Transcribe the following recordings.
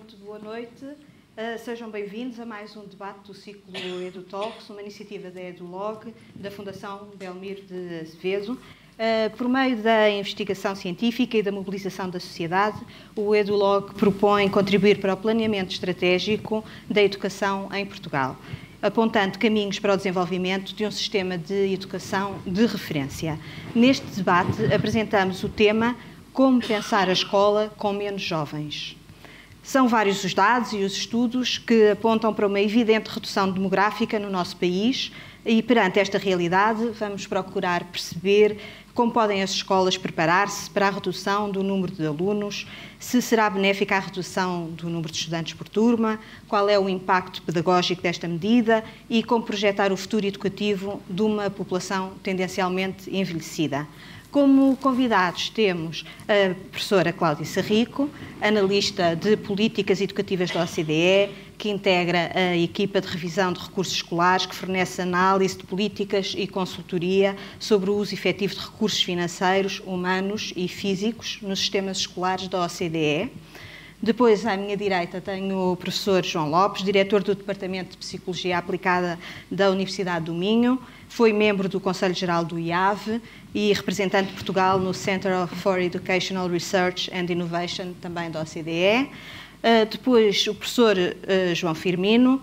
muito boa noite. Sejam bem-vindos a mais um debate do ciclo EduTalks, uma iniciativa da EduLog, da Fundação Belmiro de Azevedo. Por meio da investigação científica e da mobilização da sociedade, o EduLog propõe contribuir para o planeamento estratégico da educação em Portugal, apontando caminhos para o desenvolvimento de um sistema de educação de referência. Neste debate, apresentamos o tema Como pensar a escola com menos jovens. São vários os dados e os estudos que apontam para uma evidente redução demográfica no nosso país e, perante esta realidade, vamos procurar perceber como podem as escolas preparar-se para a redução do número de alunos, se será benéfica a redução do número de estudantes por turma, qual é o impacto pedagógico desta medida e como projetar o futuro educativo de uma população tendencialmente envelhecida. Como convidados temos a professora Cláudia Sarrico, analista de políticas educativas da OCDE, que integra a equipa de revisão de recursos escolares, que fornece análise de políticas e consultoria sobre o uso efetivo de recursos financeiros, humanos e físicos nos sistemas escolares da OCDE. Depois, à minha direita, tenho o professor João Lopes, diretor do Departamento de Psicologia Aplicada da Universidade do Minho, foi membro do Conselho Geral do IAV e representante de Portugal no Center for Educational Research and Innovation, também da OCDE. Depois, o professor João Firmino,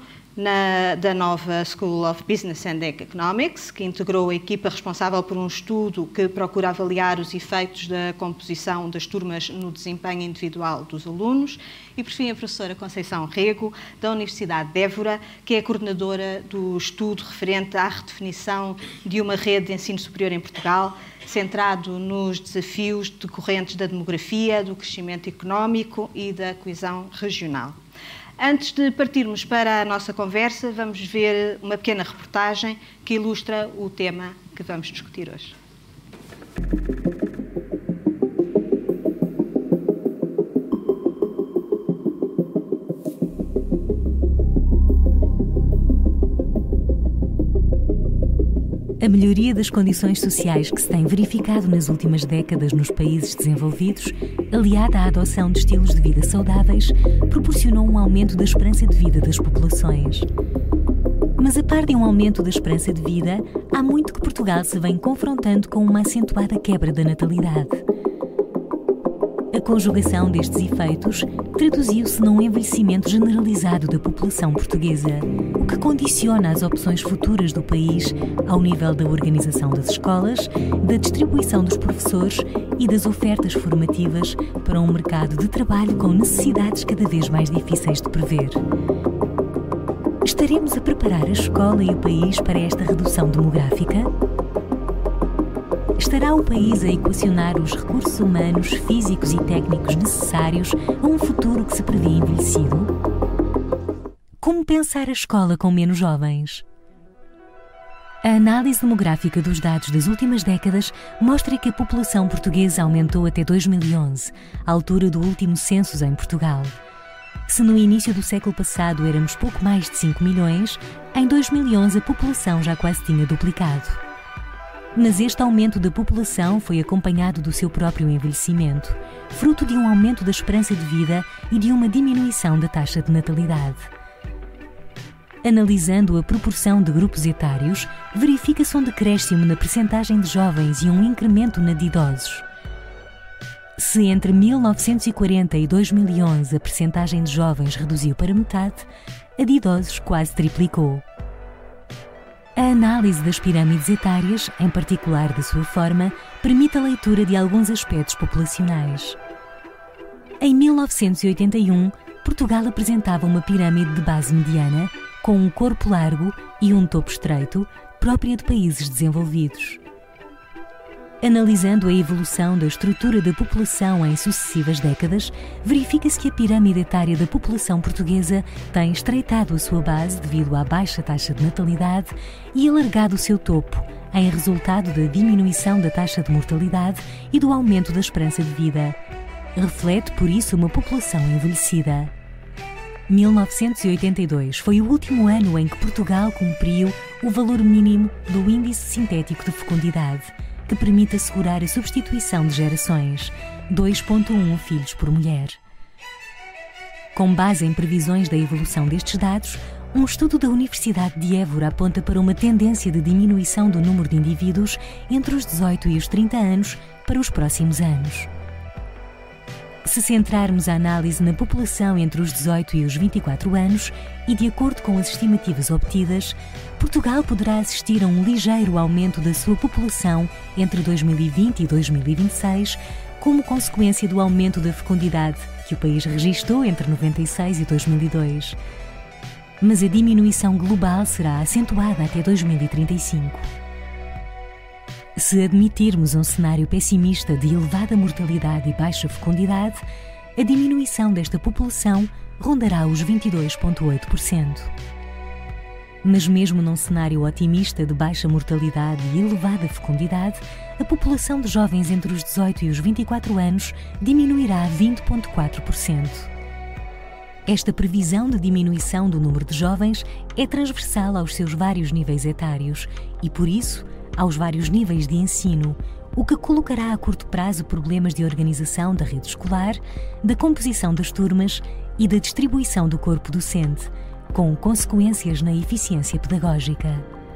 da Nova School of Business and Economics, que integrou a equipa responsável por um estudo que procura avaliar os efeitos da composição das turmas no desempenho individual dos alunos. E, por fim, a professora Conceição Rego, da Universidade de Évora, que é coordenadora do estudo referente à redefinição de uma rede de ensino superior em Portugal, centrado nos desafios decorrentes da demografia, do crescimento económico e da coesão regional. Antes de partirmos para a nossa conversa, vamos ver uma pequena reportagem que ilustra o tema que vamos discutir hoje. A melhoria das condições sociais que se tem verificado nas últimas décadas nos países desenvolvidos, aliada à adoção de estilos de vida saudáveis, proporcionou um aumento da esperança de vida das populações. Mas, a par de um aumento da esperança de vida, há muito que Portugal se vem confrontando com uma acentuada quebra da natalidade. A conjugação destes efeitos traduziu-se num envelhecimento generalizado da população portuguesa, o que condiciona as opções futuras do país ao nível da organização das escolas, da distribuição dos professores e das ofertas formativas para um mercado de trabalho com necessidades cada vez mais difíceis de prever. Estaremos a preparar a escola e o país para esta redução demográfica? Estará o país a equacionar os recursos humanos, físicos e técnicos necessários a um futuro que se prevê envelhecido? Como pensar a escola com menos jovens? A análise demográfica dos dados das últimas décadas mostra que a população portuguesa aumentou até 2011, à altura do último censo em Portugal. Se no início do século passado éramos pouco mais de 5 milhões, em 2011 a população já quase tinha duplicado. Mas este aumento da população foi acompanhado do seu próprio envelhecimento, fruto de um aumento da esperança de vida e de uma diminuição da taxa de natalidade. Analisando a proporção de grupos etários, verifica-se um decréscimo na percentagem de jovens e um incremento na de idosos. Se entre 1940 e 2011 a percentagem de jovens reduziu para metade, a de idosos quase triplicou. A análise das pirâmides etárias, em particular da sua forma, permite a leitura de alguns aspectos populacionais. Em 1981, Portugal apresentava uma pirâmide de base mediana, com um corpo largo e um topo estreito, própria de países desenvolvidos. Analisando a evolução da estrutura da população em sucessivas décadas, verifica-se que a pirâmide etária da população portuguesa tem estreitado a sua base devido à baixa taxa de natalidade e alargado o seu topo, em resultado da diminuição da taxa de mortalidade e do aumento da esperança de vida. Reflete, por isso, uma população envelhecida. 1982 foi o último ano em que Portugal cumpriu o valor mínimo do Índice Sintético de Fecundidade, que permite assegurar a substituição de gerações, 2,1 filhos por mulher. Com base em previsões da evolução destes dados, um estudo da Universidade de Évora aponta para uma tendência de diminuição do número de indivíduos entre os 18 e os 30 anos para os próximos anos. Se centrarmos a análise na população entre os 18 e os 24 anos, e de acordo com as estimativas obtidas, Portugal poderá assistir a um ligeiro aumento da sua população entre 2020 e 2026, como consequência do aumento da fecundidade que o país registrou entre 96 e 2002. Mas a diminuição global será acentuada até 2035. Se admitirmos um cenário pessimista de elevada mortalidade e baixa fecundidade, a diminuição desta população rondará os 22,8%. Mas mesmo num cenário otimista de baixa mortalidade e elevada fecundidade, a população de jovens entre os 18 e os 24 anos diminuirá 20,4%. Esta previsão de diminuição do número de jovens é transversal aos seus vários níveis etários e, por isso, aos vários níveis de ensino, o que colocará a curto prazo problemas de organização da rede escolar, da composição das turmas e da distribuição do corpo docente, com consequências na eficiência pedagógica.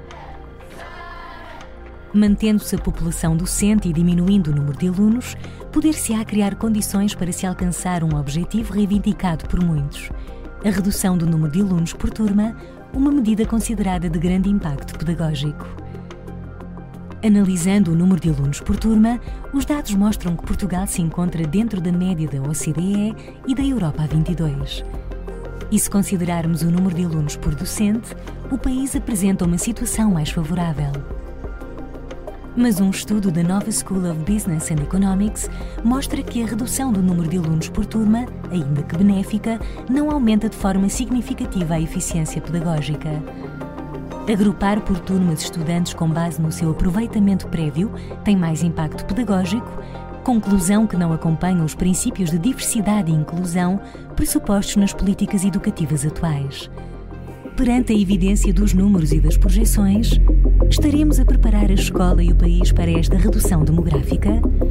Mantendo-se a população docente e diminuindo o número de alunos, poder-se-á criar condições para se alcançar um objetivo reivindicado por muitos: a redução do número de alunos por turma, uma medida considerada de grande impacto pedagógico. Analisando o número de alunos por turma, os dados mostram que Portugal se encontra dentro da média da OCDE e da Europa 22. E se considerarmos o número de alunos por docente, o país apresenta uma situação mais favorável. Mas um estudo da Nova School of Business and Economics mostra que a redução do número de alunos por turma, ainda que benéfica, não aumenta de forma significativa a eficiência pedagógica. Agrupar por turmas estudantes com base no seu aproveitamento prévio tem mais impacto pedagógico, conclusão que não acompanha os princípios de diversidade e inclusão pressupostos nas políticas educativas atuais. Perante a evidência dos números e das projeções, estaremos a preparar a escola e o país para esta redução demográfica?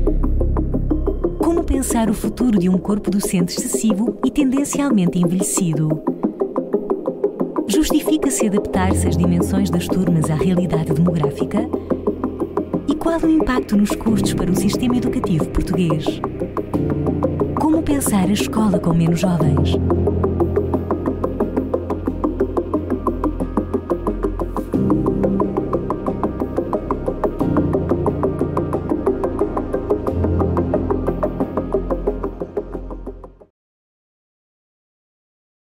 Como pensar o futuro de um corpo docente excessivo e tendencialmente envelhecido? Justifica-se adaptar-se às dimensões das turmas à realidade demográfica? E qual o impacto nos custos para o sistema educativo português? Como pensar a escola com menos jovens?